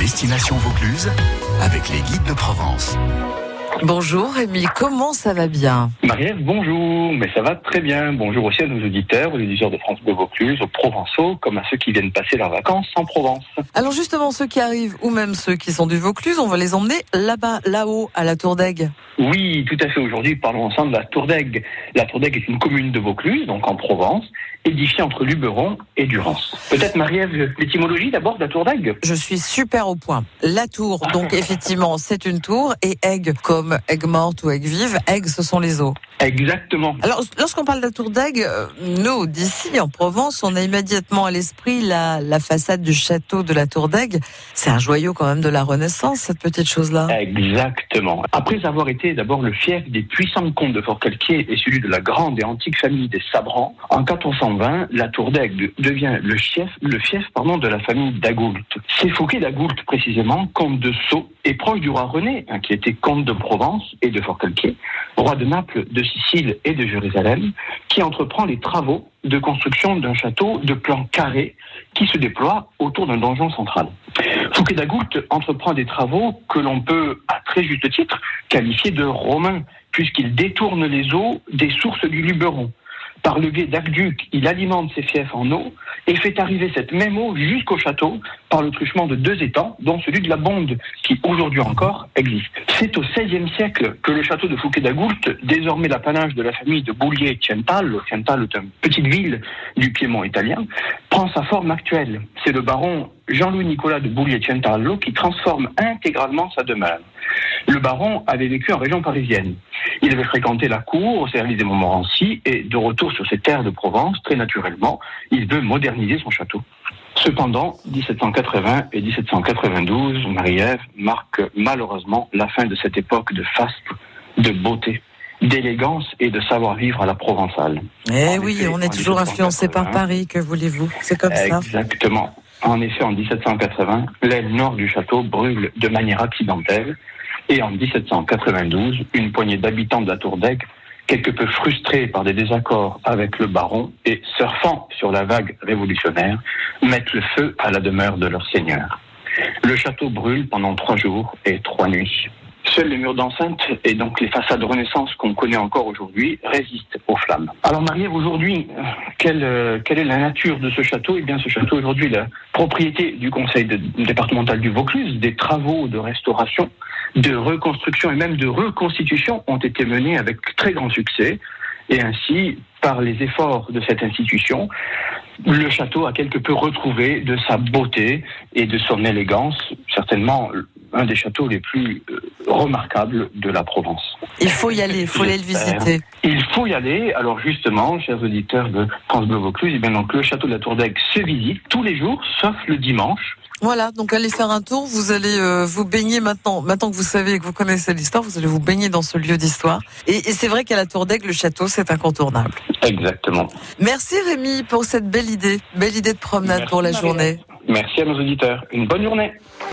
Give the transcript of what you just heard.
Destination Vaucluse avec les guides de Provence. Bonjour Rémi, comment ça va bien? Marie-Ève, bonjour, mais ça va très bien. Bonjour aussi à nos auditeurs, aux auditeurs de France Bleu Vaucluse, aux Provençaux, comme à ceux qui viennent passer leurs vacances en Provence. Alors justement, ceux qui arrivent, ou même ceux qui sont du Vaucluse, on va les emmener là-bas, là-haut, à la Tour d'Aigue. Oui, tout à fait. Aujourd'hui, parlons ensemble de la Tour d'Aigue. La Tour d'Aigue est une commune de Vaucluse, donc en Provence, édifiée entre Luberon et Durance. Peut-être, Marie-Ève, l'étymologie d'abord de la Tour d'Aigue? Je suis super au point. La tour, donc effectivement, c'est une tour, et Aigue, comme Aigues morte ou Aigues vive, Aigue, ce sont les eaux. Exactement. Alors, lorsqu'on parle de la Tour d'Aigue, nous, d'ici, en Provence, on a immédiatement à l'esprit la façade du château de la Tour d'Aigue. C'est un joyau quand même de la Renaissance, cette petite chose-là. Exactement. Après avoir été d'abord le fief des puissants comtes de Forcalquier et celui de la grande et antique famille des Sabrans, en 1420, la Tour d'Aigue devient le fief de la famille d'Agoult. C'est Fouquet d'Agoult, précisément, comte de Sceaux, et proche du roi René, qui était comte de Provence et de Forcalquier, roi de Naples, de Sicile et de Jérusalem, qui entreprend les travaux de construction d'un château de plan carré qui se déploie autour d'un donjon central. Fouquet d'Agoult entreprend des travaux que l'on peut, à très juste titre, qualifier de romains, puisqu'il détourne les eaux des sources du Luberon. Par le biais d'aqueducs, il alimente ses fiefs en eau et fait arriver cette même eau jusqu'au château par le truchement de 2 étangs, dont celui de la Bonde, qui aujourd'hui encore existe. C'est au XVIe siècle que le château de Fouquet d'Agoult, désormais l'apanage de la famille de Boulier-Ciental, Ciental est une petite ville du Piémont italien, prend sa forme actuelle. C'est le baron Jean-Louis Nicolas de Boulier-Ciental qui transforme intégralement sa demeure. Le baron avait vécu en région parisienne. Il avait fréquenté la cour au service des Montmorency et, de retour sur ses terres de Provence, très naturellement, il veut moderniser son château. Cependant, 1780 et 1792, Marie-Ève, marquent malheureusement la fin de cette époque de faste, de beauté, d'élégance et de savoir-vivre à la provençale. Eh oui, on est toujours influencé par Paris, que voulez-vous? C'est comme ça. Exactement. En effet, en 1780, l'aile nord du château brûle de manière accidentelle. Et en 1792, une poignée d'habitants de la Tour d'Aigue, quelque peu frustrés par des désaccords avec le baron et surfant sur la vague révolutionnaire, mettent le feu à la demeure de leur seigneur. Le château brûle pendant 3 jours et 3 nuits. Seuls les murs d'enceinte et donc les façades Renaissance qu'on connaît encore aujourd'hui résistent aux flammes. Alors Marie-Ève, aujourd'hui, quelle est la nature de ce château? Eh bien, ce château aujourd'hui est la propriété du conseil départemental du Vaucluse. Des travaux de restauration, de reconstruction et même de reconstitution ont été menés avec très grand succès. Et ainsi, par les efforts de cette institution, le château a quelque peu retrouvé de sa beauté et de son élégance, certainement un des châteaux les plus remarquables de la Provence. Il faut y aller, il faut aller le visiter. Il faut y aller. Alors justement, chers auditeurs de France Bleu Vaucluse, eh bien donc le château de la Tour d'Aigue se visite tous les jours, sauf le dimanche. Voilà, donc allez faire un tour, vous allez vous baigner maintenant que vous savez et que vous connaissez l'histoire, vous allez vous baigner dans ce lieu d'histoire. Et c'est vrai qu'à la Tour d'Aigue, le château, c'est incontournable. Exactement. Merci Rémi pour cette belle idée de promenade. Merci pour la journée. Merci à nos auditeurs. Une bonne journée.